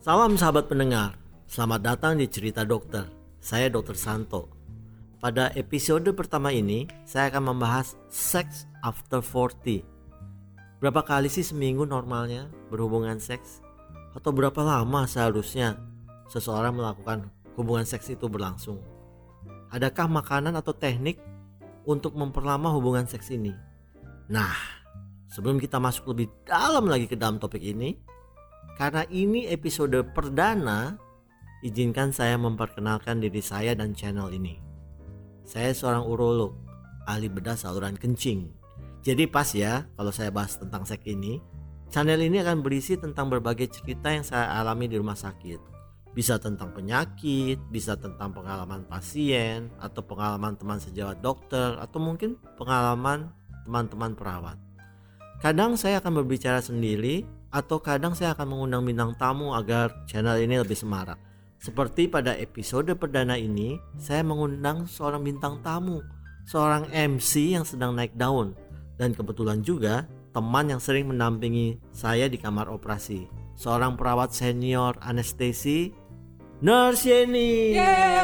Salam sahabat pendengar, selamat datang di Cerita Dokter. Saya Dr. Santo. Pada episode pertama ini, saya akan membahas sex after 40. Berapa kali sih seminggu normalnya berhubungan seks? Atau berapa lama seharusnya seseorang melakukan hubungan seks itu berlangsung? Adakah makanan atau teknik untuk memperlama hubungan seks ini? Nah, sebelum kita masuk lebih dalam lagi ke dalam topik ini, karena ini episode perdana, izinkan saya memperkenalkan diri saya dan channel ini. Saya seorang urolog, ahli bedah saluran kencing. Jadi pas ya kalau saya bahas tentang seks ini. Channel ini akan berisi tentang berbagai cerita yang saya alami di rumah sakit. Bisa tentang penyakit, bisa tentang pengalaman pasien, atau pengalaman teman sejawat dokter, atau mungkin pengalaman teman-teman perawat. Kadang saya akan berbicara sendiri, atau kadang saya akan mengundang bintang tamu agar channel ini lebih semarak. Seperti pada episode perdana ini, saya mengundang seorang bintang tamu, seorang MC yang sedang naik daun, dan kebetulan juga teman yang sering mendampingi saya di kamar operasi, seorang perawat senior anestesi, Nurse Yeni.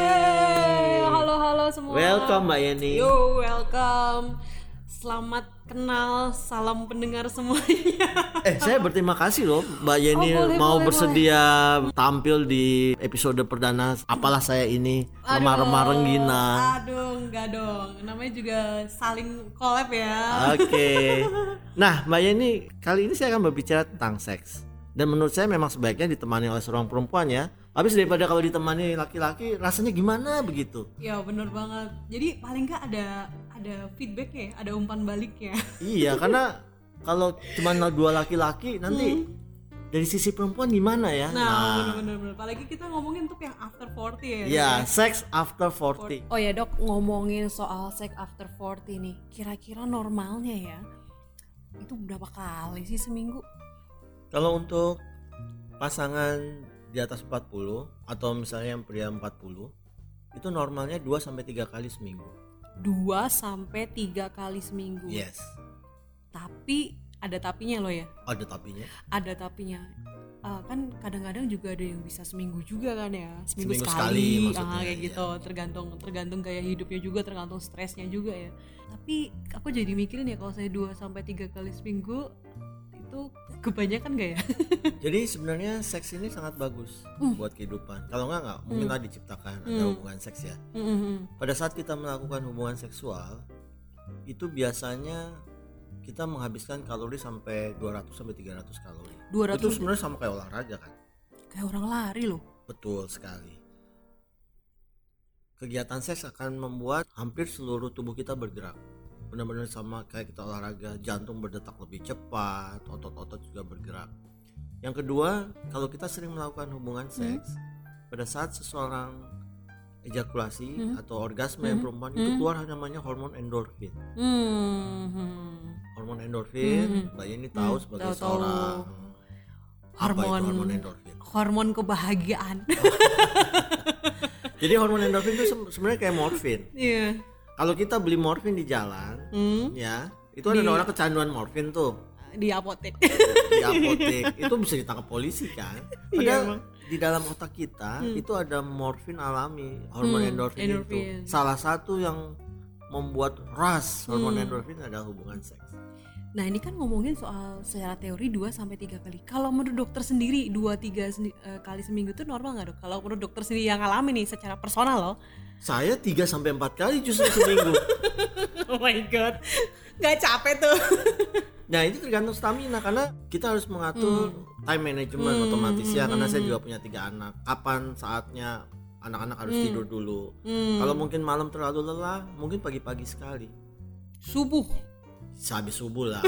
Yeay, halo semua. Welcome Mbak Yeni. Yo, welcome. Selamat kenal, salam pendengar semuanya. Saya berterima kasih loh Mbak Yeni mau bersedia tampil di episode perdana. Apalah saya ini remah-remah renggina. Aduh, enggak dong. Namanya juga saling collab ya. Oke. Nah, Mbak Yeni, kali ini saya akan berbicara tentang seks. Dan menurut saya memang sebaiknya ditemani oleh seorang perempuan ya. Habis daripada kalau ditemani laki-laki rasanya gimana begitu. Ya bener banget. Jadi paling nggak ada feedback ya, ada umpan balik ya. Iya, karena kalau cuma dua laki-laki nanti dari sisi perempuan gimana ya? Nah. Bener. Apalagi kita ngomongin untuk yang after 40 ya. Iya, sex after 40. Oh ya dok, ngomongin soal sex after 40 nih, kira-kira normalnya ya itu berapa kali sih seminggu? Kalau untuk pasangan di atas 40 atau misalnya yang pria 40, itu normalnya 2-3 kali seminggu. 2-3 kali seminggu. Yes. Tapi ada tapinya loh ya. Ada tapinya. Ada tapinya. Kan kadang-kadang juga ada yang bisa seminggu juga kan ya. Seminggu sekali kayak iya. gitu. Tergantung gaya hidupnya juga, tergantung stresnya juga ya. Tapi aku jadi mikirin ya kalau saya 2-3 kali seminggu itu kebanyakan gak ya? Jadi sebenarnya seks ini sangat bagus buat kehidupan. Kalau enggak mungkin lah diciptakan ada hubungan seks ya. Pada saat kita melakukan hubungan seksual itu biasanya kita menghabiskan kalori sampai 200-300 kalori. 200 itu sebenarnya sama kayak olahraga kan? Kayak orang lari loh. Betul sekali. Kegiatan seks akan membuat hampir seluruh tubuh kita bergerak. Benar-benar sama kayak kita olahraga, jantung berdetak lebih cepat, otot-otot juga bergerak. Yang kedua, kalau kita sering melakukan hubungan seks, pada saat seseorang ejakulasi atau orgasme yang perempuan itu keluar namanya hormon endorfin. Hormon endorfin, Mbak Yeni tahu sebagai seorang hormon endorfin. Hormon kebahagiaan. Jadi hormon endorfin itu sebenarnya kayak morfin. Iya. Kalau kita beli morfin di jalan, ya itu ada orang kecanduan morfin tuh di apotek. Di apotek itu bisa ditangkap polisi kan. Padahal di dalam otak kita itu ada morfin alami, hormon endorfin itu. Salah satu yang membuat rush hormon endorfin adalah hubungan seks. Nah ini kan ngomongin soal secara teori 2-3 kali. Kalau menurut dokter sendiri 2-3 kali seminggu itu normal nggak dok? Kalau menurut dokter sendiri yang alami nih secara personal loh. Saya 3-4 kali justru seminggu. Oh my god, nggak capek tuh. Nah itu tergantung stamina karena kita harus mengatur time management otomatis ya. Karena saya juga punya 3 anak. Kapan saatnya anak-anak harus tidur dulu. Kalau mungkin malam terlalu lelah, mungkin pagi-pagi sekali. Subuh. Sehabis subuh lah.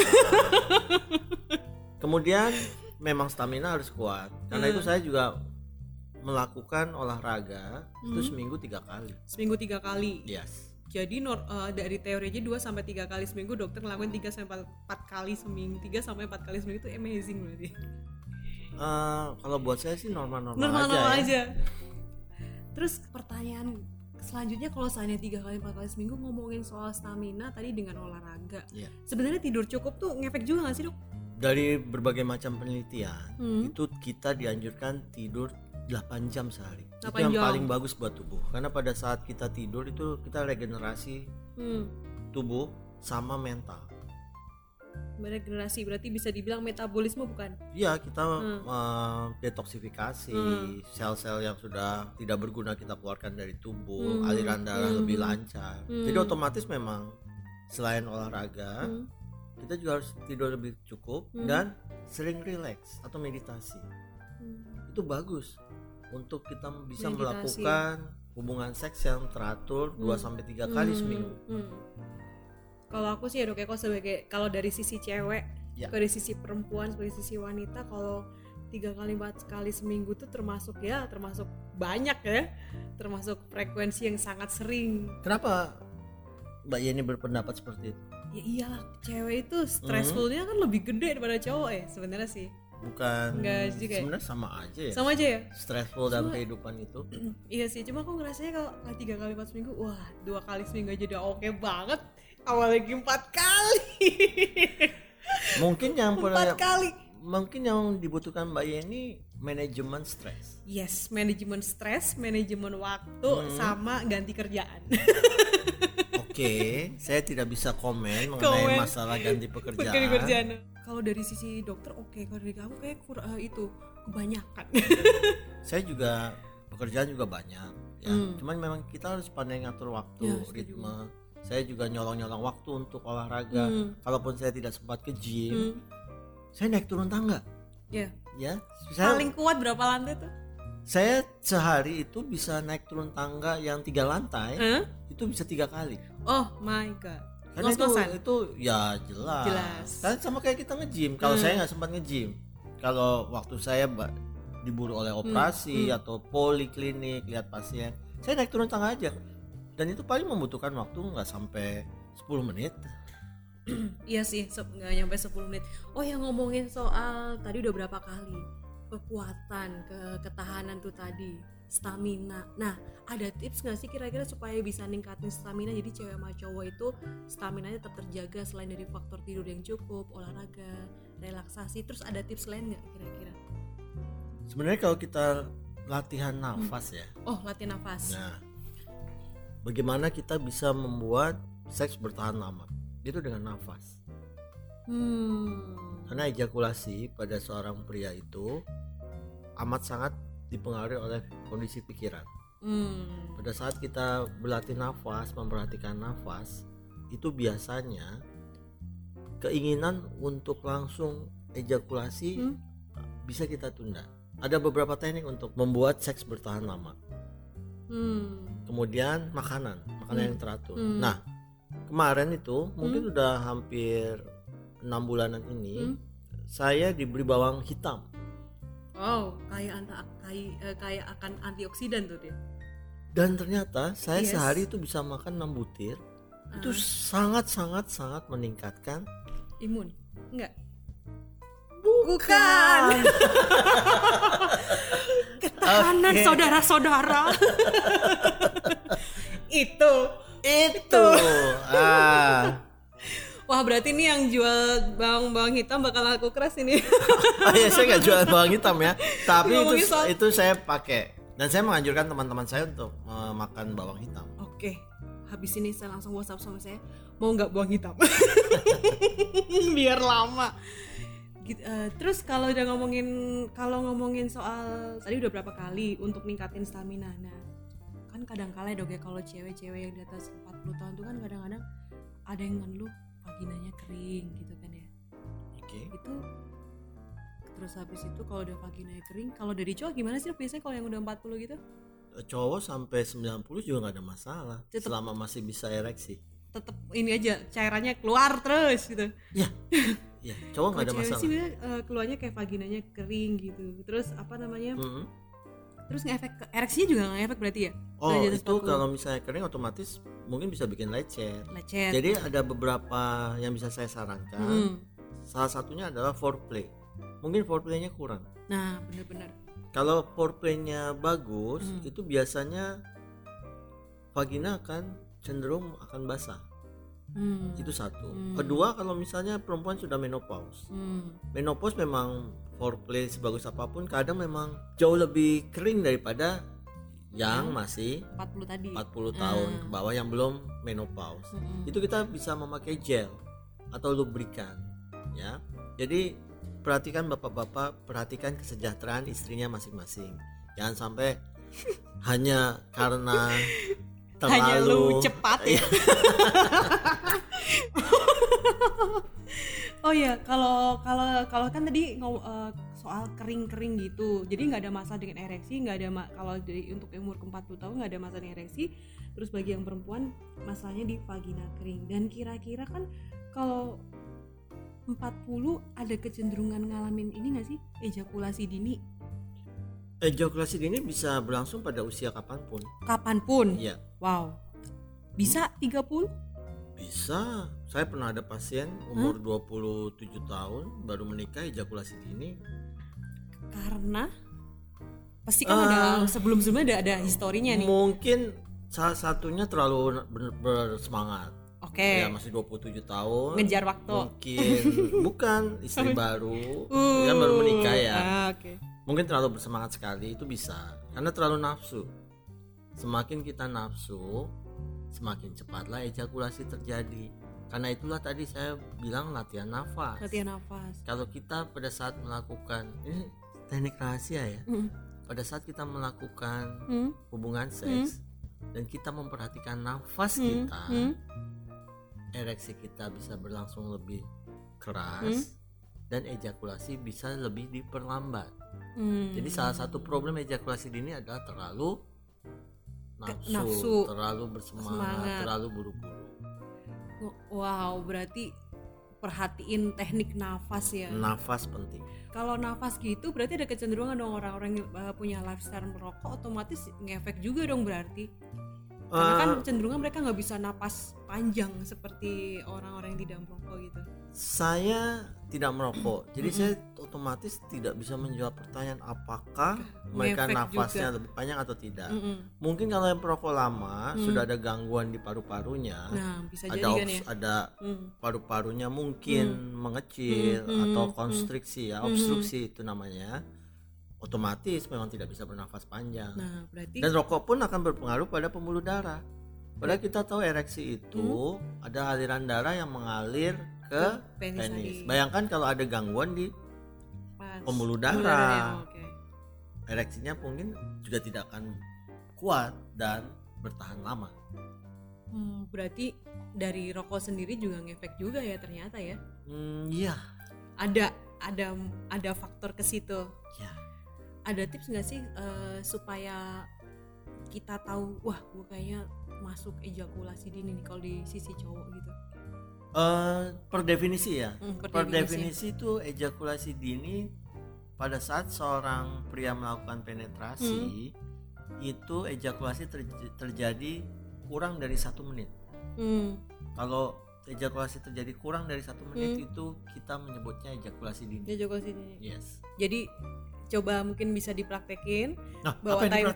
Kemudian memang stamina harus kuat. Karena itu saya juga melakukan olahraga itu seminggu 3 kali. Seminggu 3 kali. Yes. Jadi dari teori aja 2-3 kali seminggu dokter ngelakuin 3-4 kali seminggu. 3-4 kali seminggu itu amazing berarti. Kalau buat saya sih normal aja. Terus pertanyaan selanjutnya, kalau seandainya 3-4 kali seminggu ngomongin soal stamina tadi dengan olahraga, sebenarnya tidur cukup tuh ngefek juga nggak sih dok? Dari berbagai macam penelitian, itu kita dianjurkan tidur 8 jam sehari. Itu 8 yang jam. paling bagus buat tubuh. Karena pada saat kita tidur itu kita regenerasi tubuh sama mental. Regenerasi berarti bisa dibilang metabolisme bukan? Iya, kita detoksifikasi sel-sel yang sudah tidak berguna kita keluarkan dari tubuh, aliran darah lebih lancar. Jadi otomatis memang selain olahraga, kita juga harus tidur lebih cukup dan sering relax atau meditasi. Itu bagus untuk kita bisa Meditasi. melakukan hubungan seks yang teratur 2-3 kali seminggu. Kalau aku sih ya Dok, sebagai kalau dari sisi cewek, Ya. dari sisi perempuan, sebagai sisi wanita, kalau 3 kali 4 kali seminggu tuh termasuk banyak ya, termasuk frekuensi yang sangat sering. Kenapa Mbak Yeni berpendapat seperti itu? Ya iyalah, cewek itu stressfulnya kan lebih gede daripada cowok ya sebenarnya sih. Bukan, Enggak juga ya? sebenarnya sama aja ya. Sama aja ya. Stressful dalam kehidupan itu. Iya sih, cuma aku ngerasanya kalau 3 kali 4 seminggu, wah 2 kali seminggu aja udah oke banget. Apalagi 4 kali. Mungkin yang 4 kali. mungkin yang dibutuhkan Mbak Yeni manajemen stres. Yes, manajemen stres, manajemen waktu, sama ganti kerjaan. Oke, saya tidak bisa komen mengenai masalah ganti pekerjaan. Kalau dari sisi dokter oke, kalau dari kamu kayak itu kebanyakan. Saya juga pekerjaan juga banyak ya. Cuman memang kita harus pandai ngatur waktu, Ya, setuju. ritme. Saya juga nyolong-nyolong waktu untuk olahraga. Kalaupun saya tidak sempat ke gym, saya naik turun tangga. Ya. Ya, saya Paling kuat berapa lantai tuh? saya sehari itu bisa naik turun tangga yang 3 lantai. Itu bisa 3 kali. Oh my god. Karena Ngos-ngosan? itu ya jelas. Jelas. Kan sama kayak kita nge-gym. Kalau saya nggak sempat nge-gym, kalau waktu saya diburu oleh operasi atau poliklinik lihat pasien, saya naik turun tangga aja. Dan itu paling membutuhkan waktu nggak sampai 10 menit. Iya sih, nggak nyampe 10 menit. Oh ya, ngomongin soal tadi udah berapa kali kekuatan, ketahanan tuh tadi, stamina. Nah, ada tips nggak sih kira-kira supaya bisa ningkatin stamina, jadi cewek sama cowok itu staminanya tetap terjaga selain dari faktor tidur yang cukup, olahraga, relaksasi. Terus ada tips lain nggak kira-kira? Sebenarnya kalau kita latihan nafas ya. Oh, latihan nafas. Nah, bagaimana kita bisa membuat seks bertahan lama? Itu dengan nafas. Karena ejakulasi pada seorang pria itu amat sangat dipengaruhi oleh kondisi pikiran. Pada saat kita berlatih nafas, memperhatikan nafas, itu biasanya keinginan untuk langsung ejakulasi bisa kita tunda. Ada beberapa teknik untuk membuat seks bertahan lama. Kemudian makanan yang teratur. Nah, kemarin itu mungkin udah hampir 6 bulanan ini saya diberi bawang hitam. Oh, kayak akan antioksidan tuh dia. Dan ternyata saya Yes. sehari itu bisa makan 6 butir. Itu sangat meningkatkan Imun? Enggak. Bukan. Ketahanan Oke. saudara-saudara. Itu. Wah, berarti ini yang jual bawang hitam bakal laku keras ini. Ya, saya nggak jual bawang hitam ya, tapi Ngomongin soal- itu saya pakai dan saya menganjurkan teman-teman saya untuk makan bawang hitam. Oke, habis ini saya langsung WhatsApp sama saya, mau nggak bawang hitam? Biar lama. Terus kalau ngomongin soal tadi udah berapa kali untuk ningkatin stamina. Nah, kan kadang-kala dok ya, kalau cewek-cewek yang di atas 40 tahun tuh kan kadang-kadang ada yang ngeluh vaginanya kering gitu kan ya. Oke. Itu terus habis itu kalau udah vaginanya kering, kalau dari cowok gimana sih biasanya kalau yang udah 40 gitu? Cowok sampai 90 juga nggak ada masalah, Tetep- selama masih bisa ereksi. Tetep ini aja cairannya keluar terus gitu. Ya, cowok nggak ada Kalau cewek masalah. sih biasanya, keluarnya kayak vaginanya kering gitu. Terus apa namanya? Mm-mm. Terus ngefek ke ereksinya juga nggak ngefek berarti ya? Oh, Dari atas itu 40. kalau misalnya kering otomatis mungkin bisa bikin lecet. Lecet. Jadi ada beberapa yang bisa saya sarankan. Salah satunya adalah foreplay. Mungkin foreplaynya kurang. Nah, benar-benar. Kalau foreplaynya bagus, itu biasanya vagina akan cenderung akan basah. Itu satu. Kedua, kalau misalnya perempuan sudah menopause. Menopause memang foreplay sebagus apapun kadang memang jauh lebih kering daripada yang masih 40 tahun ke bawah yang belum menopause. Itu kita bisa memakai gel atau lubrikan ya. Jadi perhatikan bapak-bapak, perhatikan kesejahteraan istrinya masing-masing. Jangan sampai hanya karena terlalu cepat ya. Oh ya, kalau kan tadi soal kering-kering gitu, jadi nggak ada masalah dengan ereksi, nggak ada kalau untuk umur ke 40 tahun nggak ada masalah dengan ereksi. Terus bagi yang perempuan masalahnya di vagina kering. Dan kira-kira kan kalau 40 ada kecenderungan ngalamin ini nggak sih, ejakulasi dini? Ejakulasi dini bisa berlangsung pada usia kapanpun. Iya. Wow. Bisa 30? Bisa. Saya pernah ada pasien umur 27 tahun baru menikah ejakulasi dini. Karena pasti kan ada sebelum-sebelumnya ada historinya nih. Mungkin salah satunya terlalu bersemangat. Oke. Ya masih 27 tahun. Ngejar waktu. Mungkin bukan istri baru. Kan baru menikah ya. Okay. Mungkin terlalu bersemangat sekali, itu bisa. Karena terlalu nafsu. Semakin kita nafsu, semakin cepatlah ejakulasi terjadi. Karena itulah tadi saya bilang latihan nafas. Kalau kita pada saat melakukan, ini teknik rahasia ya. Pada saat kita melakukan hubungan seks dan kita memperhatikan nafas kita, ereksi kita bisa berlangsung lebih keras dan ejakulasi bisa lebih diperlambat. Jadi salah satu problem ejakulasi dini adalah terlalu nafsu, terlalu bersemangat, terlalu buru-buru. Wow, berarti perhatiin teknik nafas ya. Nafas penting. Kalau nafas gitu berarti ada kecenderungan dong orang-orang yang punya lifestyle merokok otomatis ngefek juga dong berarti. Karena kan cenderungan mereka nggak bisa napas panjang seperti orang-orang yang tidak merokok gitu. Saya tidak merokok, jadi saya otomatis tidak bisa menjawab pertanyaan apakah mereka nafasnya lebih panjang atau tidak. Mungkin kalau yang perokok lama sudah ada gangguan di paru-parunya, bisa ada paru-parunya mungkin mengecil atau konstriksi ya, obstruksi itu namanya. Otomatis memang tidak bisa bernafas panjang. Berarti... Dan rokok pun akan berpengaruh pada pembuluh darah. Padahal kita tahu ereksi itu ada aliran darah yang mengalir ke penis. Bayangkan kalau ada gangguan di pembuluh darah, ereksinya mungkin juga tidak akan kuat dan bertahan lama. Berarti dari rokok sendiri juga ngefek juga ya ternyata ya? Iya. Ada faktor ke situ. Ya. Ada tips nggak sih supaya kita tahu, wah gue kayaknya masuk ejakulasi dini nih kalau di sisi cowok gitu? Per definisi ya. Per definisi itu ejakulasi dini pada saat seorang pria melakukan penetrasi itu ejakulasi terjadi kurang dari 1 menit. Kalau ejakulasi terjadi kurang dari 1 menit itu kita menyebutnya ejakulasi dini. Ejakulasi dini. Yes. Jadi coba mungkin bisa dipraktekin. Bawa timer.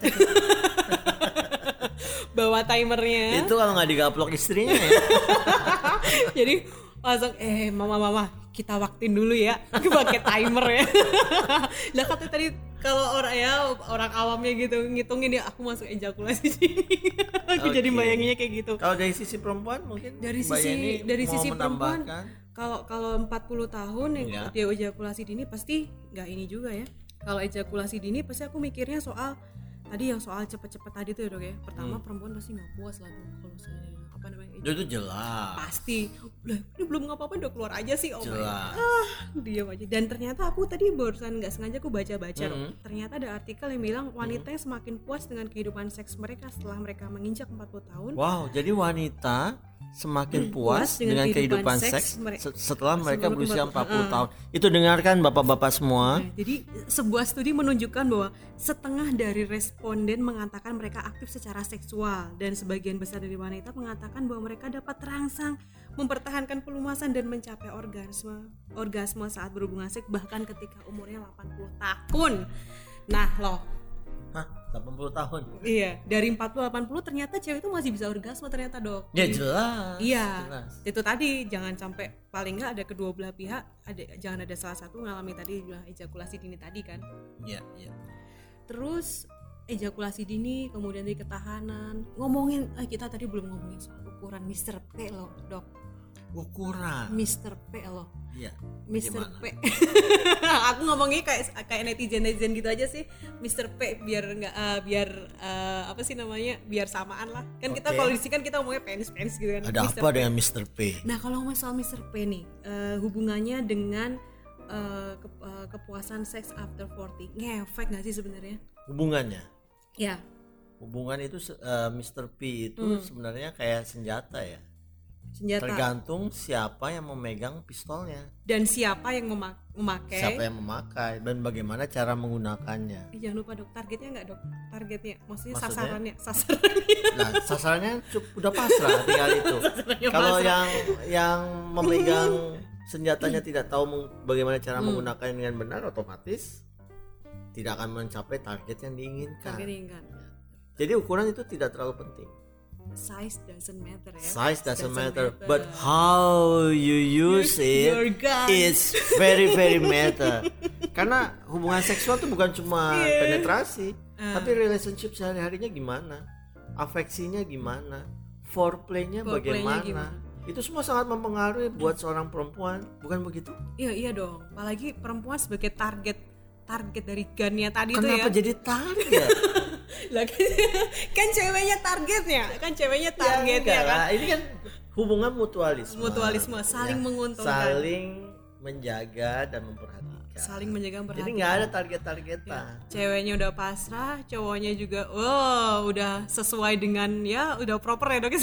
Bawa timernya. Itu kalau nggak digaplok istrinya ya. Jadi langsung mama kita waktuin dulu ya, pakai timer ya. Lah kata tadi kalau orang awamnya gitu ngitungin ya aku masuk ejakulasi sini. Aku jadi bayanginnya kayak gitu. Kalau dari sisi perempuan mungkin dari sisi perempuan kalau 40 tahun yang dia ejakulasi dini pasti nggak ini juga ya. Kalau ejakulasi dini pasti aku mikirnya soal tadi yang soal cepet-cepet tadi tuh ya dok ya. Pertama perempuan pasti nggak puas lah tuh kalau saya apa namanya itu jelas pasti udah ini belum ngapa-ngapain udah keluar aja sih jelas. Diam aja. Dan ternyata aku tadi barusan nggak sengaja aku baca-baca ternyata ada artikel yang bilang wanita yang semakin puas dengan kehidupan seks mereka setelah mereka menginjak 40 tahun. Wow, jadi wanita semakin puas dengan kehidupan seks setelah mereka berusia 40 tahun. Itu dengarkan bapak-bapak semua. Jadi sebuah studi menunjukkan bahwa setengah dari responden mengatakan mereka aktif secara seksual dan sebagian besar dari wanita mengatakan bahwa mereka dapat terangsang, mempertahankan pelumasan dan mencapai orgasme saat berhubungan seks bahkan ketika umurnya 80 tahun. Nah loh. 80 tahun. Iya, dari 40-80 ternyata cewek itu masih bisa orgasme ternyata, Dok. Ya jelas. Iya, jelas. itu tadi jangan sampai paling nggak ada kedua belah pihak, jangan ada salah satu ngalami tadi bilang ejakulasi dini tadi kan. Iya, iya. Terus ejakulasi dini, kemudian dari ketahanan. Ngomongin, kita tadi belum ngomongin soal ukuran Mr. P loh, Dok. Ukuran. Mr. P loh. Iya. Mr. P. Aku ngomongnya kayak netizen gitu aja sih. Mr. P biar nggak apa sih namanya? Biar samaan lah. Kan kita kalau di sini kan kita ngomongnya penis gitu kan. Ada Mr. apa P. dengan Mr. P? Nah, kalau ngomongin soal Mr. P nih, hubungannya dengan kepuasan seks after 40. Ngefek nggak sih sebenarnya? Hubungannya? Ya. Hubungan itu Mr. P itu sebenarnya kayak senjata ya. Senjata. Tergantung siapa yang memegang pistolnya dan siapa yang memakai. Siapa yang memakai dan bagaimana cara menggunakannya. Jangan lupa, Dok, targetnya nggak, Dok? Targetnya, maksudnya Maksudnya? sasarannya. Nah, sasarannya udah pasrah tinggal itu. Kalau yang memegang senjatanya tidak tahu bagaimana cara menggunakannya dengan benar, otomatis tidak akan mencapai target yang diinginkan. Jadi ukuran itu tidak terlalu penting. Size doesn't matter ya. Size doesn't matter, but how you use it is very matter. Karena hubungan seksual itu bukan cuma penetrasi, tapi relationship sehari-harinya gimana, afeksinya gimana, foreplaynya bagaimana. Itu semua sangat mempengaruhi buat seorang perempuan, bukan begitu? Iya dong. Apalagi perempuan sebagai target dari gunnya tadi. Kenapa tuh ya. Jadi target? Lah kan ceweknya targetnya kan ini kan hubungan mutualisme saling menguntungkan, saling menjaga dan memperhatikan, jadi nggak ada target-targetan ya. Ceweknya udah pasrah, cowoknya juga udah sesuai dengan ya udah proper ya, Dok.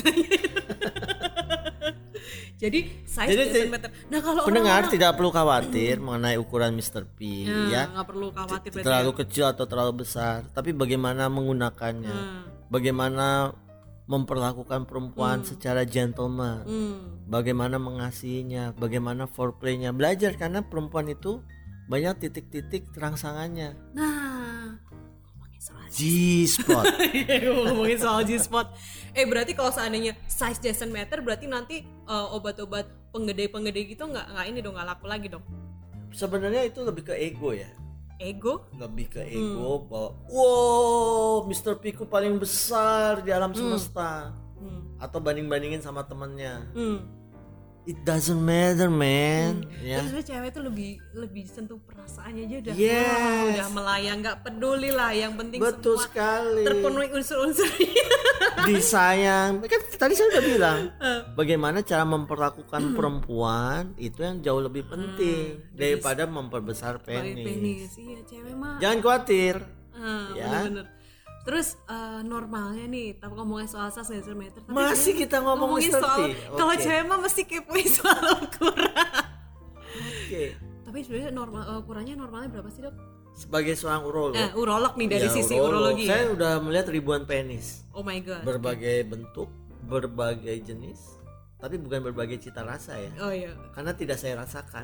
Jadi size doesn't matter. Nah, kalau pendengar tidak perlu khawatir mengenai ukuran Mr. P ya. Nggak perlu khawatir terlalu kecil atau terlalu besar, tapi bagaimana menggunakannya, bagaimana memperlakukan perempuan secara gentleman, bagaimana mengasihinya, bagaimana foreplaynya. Belajar karena perempuan itu banyak titik-titik terangsangannya. Nah, G-spot. Ngomongin soal G-spot. Berarti kalau seandainya size doesn't matter, berarti nanti obat-obat penggede gitu nggak ini dong, nggak laku lagi dong. Sebenarnya itu lebih ke ego ya. Ego? Lebih ke ego bahwa wow, Mr. P ku paling besar di alam semesta. Atau banding-bandingin sama temannya. It doesn't matter, man. Ya. Terus cewek itu lebih sentuh perasaannya aja udah. Udah melayang, nggak peduli lah, yang penting betul semua sekali terpenuhi unsur-unsurnya. Disayang. Kan tadi saya udah bilang bagaimana cara memperlakukan perempuan itu yang jauh lebih penting daripada memperbesar penis. Iya, cewek mah. Jangan khawatir. Ya. Bener-bener. Terus normalnya nih, tapi ngomongin soal size doesn't matter. Masih kita ngomongin soal kalau cewek mah mesti kepoin soal ukuran. Tapi sebenarnya ukurannya normalnya berapa sih, Dok? Sebagai seorang urolog. Urolog nih dari sisi urologi. Saya udah melihat ribuan penis. Oh my god. Berbagai bentuk, berbagai jenis, tapi bukan berbagai cita rasa ya. Oh iya. Karena tidak saya rasakan.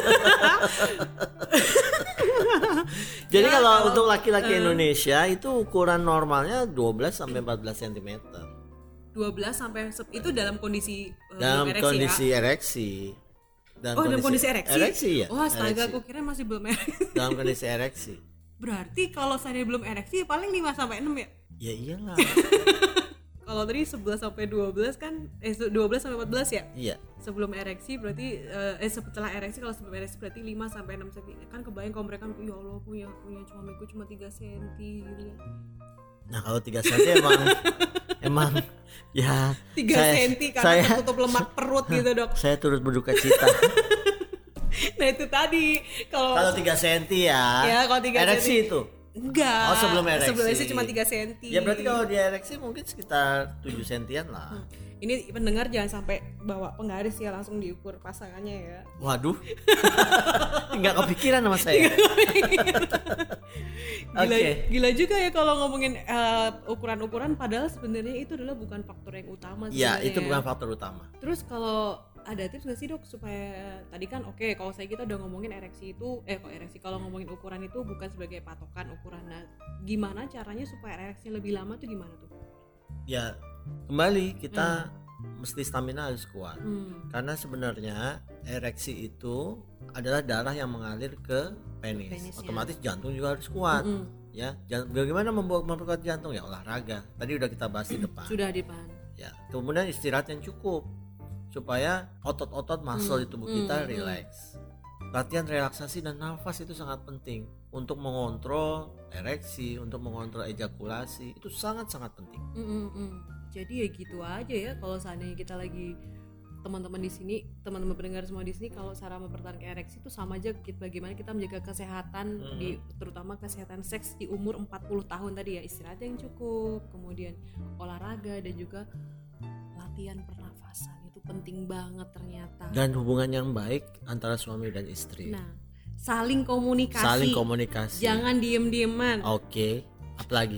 Jadi kalau untuk laki-laki Indonesia itu ukuran normalnya 12 sampai 14 cm. 12 sampai itu dalam kondisi ereksi. Dalam kondisi ereksi? Ereksi ya. Oh, astaga, aku kira masih belum ereksi. Dalam kondisi ereksi. Berarti kalau saya belum ereksi paling 5 sampai 6 ya? Ya iyalah. Kalau tadi 11 sampai 12 kan 12 sampai 14 ya? Iya. Sebelum ereksi berarti setelah ereksi, kalau sebelum ereksi berarti 5 sampai 6 cm. Kan kebayang kalau mereka ya Allah punya suamiku cuma 3 cm gitu ya. Nah, kalau 3 cm emang ya 3 cm karena tertutup lemak perut gitu, Dok. Saya turut berduka cita. Nah, itu tadi kalau 3 cm ya. Ya, kalau 3 cm. Ereksi itu. Enggak. Oh, sebelum ereksi. Sebelum ereksi cuma 3 cm. Ya berarti kalau di ereksi mungkin sekitar 7 cm lah. Ini pendengar jangan sampai bawa penggaris ya, langsung diukur pasangannya ya. Waduh. Enggak kepikiran sama saya. Gila juga ya kalau ngomongin ukuran-ukuran, padahal sebenarnya itu adalah bukan faktor yang utama. Iya, itu bukan faktor utama. Terus kalau ada tips nggak sih dok supaya tadi kan oke, kalau kita udah ngomongin ereksi itu kalau ngomongin ukuran itu bukan sebagai patokan ukuran. Nah, gimana caranya supaya ereksi lebih lama tuh gimana tuh? Ya kembali kita mesti stamina harus kuat. Karena sebenarnya ereksi itu adalah darah yang mengalir ke penis. Otomatis jantung juga harus kuat. Ya, bagaimana memperkuat jantung? Ya olahraga. Tadi udah kita bahas di depan. Sudah di depan. Ya, kemudian istirahat yang cukup supaya otot-otot muscle di tubuh kita rileks. Latihan relaksasi dan nafas itu sangat penting untuk mengontrol ereksi, untuk mengontrol ejakulasi, itu sangat-sangat penting. Jadi ya gitu aja ya, kalau seandainya kita lagi teman-teman di sini, teman-teman pendengar semua di sini, kalau cara mempertahankan ereksi itu sama aja bagaimana kita menjaga kesehatan terutama kesehatan seks di umur 40 tahun tadi ya, istirahat yang cukup, kemudian olahraga dan juga latihan pernafasan itu penting banget ternyata. Dan hubungan yang baik antara suami dan istri. Nah, saling komunikasi. Jangan diem-dieman. Oke, apalagi?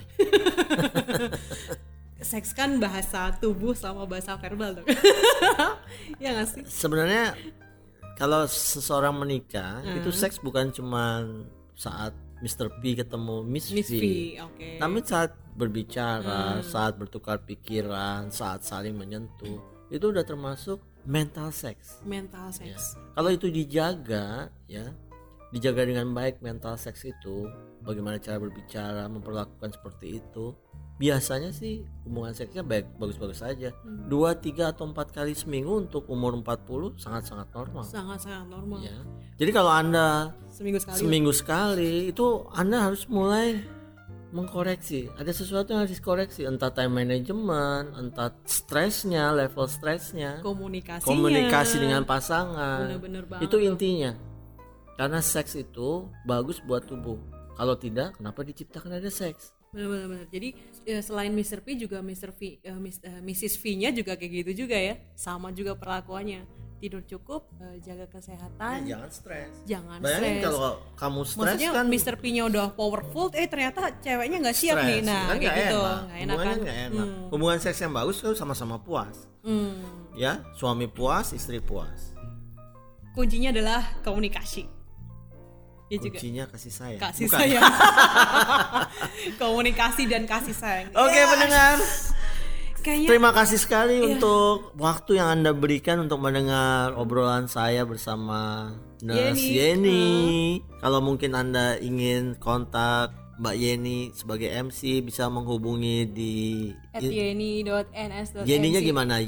Seks kan bahasa tubuh sama bahasa verbal dong. Ya nggak sih? Sebenarnya kalau seseorang menikah itu seks bukan cuma saat Mr. P ketemu Miss V. Okay. Tapi saat berbicara, saat bertukar pikiran, saat saling menyentuh, itu udah termasuk mental sex. Ya. Kalau itu dijaga, ya, dijaga dengan baik mental sex itu, bagaimana cara berbicara, memperlakukan seperti itu. Biasanya sih hubungan seksnya bagus-bagus saja. 2, 3 atau 4 kali seminggu untuk umur 40 sangat-sangat normal. Sangat-sangat normal. Ya. Jadi kalau Anda seminggu sekali itu Anda harus mulai mengkoreksi. Ada sesuatu yang harus dikoreksi, entah time management, entah stresnya, level stresnya, komunikasi dengan pasangan. Bener-bener banget. Itu intinya. Karena seks itu bagus buat tubuh. Kalau tidak, kenapa diciptakan ada seks? Benar-benar. Jadi selain Mr. P juga Mrs. V-nya juga kayak gitu juga ya. Sama juga perlakuannya. Tidur cukup, jaga kesehatan. Jangan stres. Bayangin kalau kamu stres. Maksudnya kan Mr. P-nya udah powerful, ternyata ceweknya nggak siap nih. Nah, kan kayak gitu. Nggak enak kan? Hubungan seks yang bagus itu sama-sama puas. Ya, suami puas, istri puas. Kuncinya adalah komunikasi. Ya kuncinya kasih sayang. Sayang. Komunikasi dan kasih sayang. Oke, pendengar. Terima kasih sekali untuk waktu yang Anda berikan untuk mendengar obrolan saya bersama Nurse Yeni. Kalau mungkin Anda ingin kontak Mbak Yeni sebagai MC, bisa menghubungi di @yeni.ns.mc. Yeninya gimana?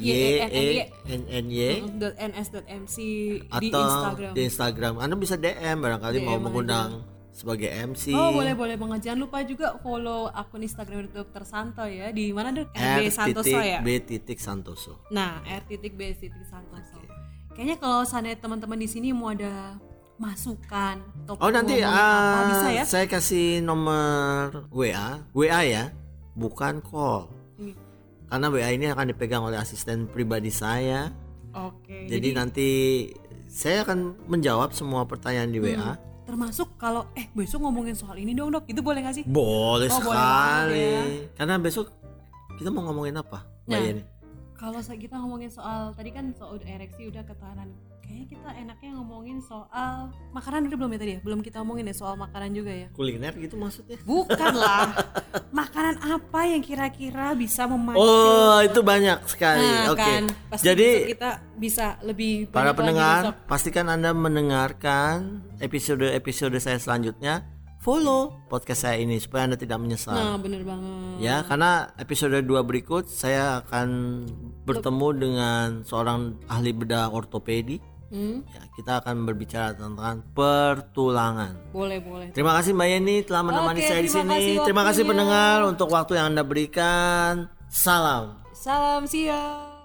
YENNY .ns.mc atau di Instagram. Di Instagram. Anda bisa DM barangkali mau mengundang sebagai MC. Oh, boleh banget. Jangan lupa juga follow akun Instagram Dr. Santo ya. Di mana dok? R.B.Santoso ya? B.Santoso. Nah, R.B.Santoso. Kayaknya kalau seandainya teman-teman di sini mau ada masukan nanti apa, bisa ya? Saya kasih nomor WA ya, bukan call. Karena WA ini akan dipegang oleh asisten pribadi saya. Oke. Jadi nanti saya akan menjawab semua pertanyaan di WA. Termasuk kalau besok ngomongin soal ini dong dok, itu boleh nggak sih? Boleh sekali. Boleh ya. Karena besok kita mau ngomongin apa, Mbak Yeni? Kalau kita ngomongin soal tadi kan soal ereksi udah ketahanan. Kayaknya kita enaknya ngomongin soal makanan udah belum ya tadi ya? Belum kita ngomongin ya soal makanan juga ya? Kuliner gitu maksudnya? Bukan lah. Makanan apa yang kira-kira bisa memacu? Oh, itu banyak sekali. Oke. Kan, jadi kita bisa lebih para pendengar, pastikan Anda mendengarkan episode saya selanjutnya. Follow podcast saya ini supaya Anda tidak menyesal. Nah, bener banget. Ya, karena episode 2 berikut saya akan bertemu dengan seorang ahli bedah ortopedi. Ya, kita akan berbicara tentang pertulangan. Boleh. Terima kasih Mbak Yeni telah menemani saya di sini. Terima kasih pendengar untuk waktu yang Anda berikan. Salam siang.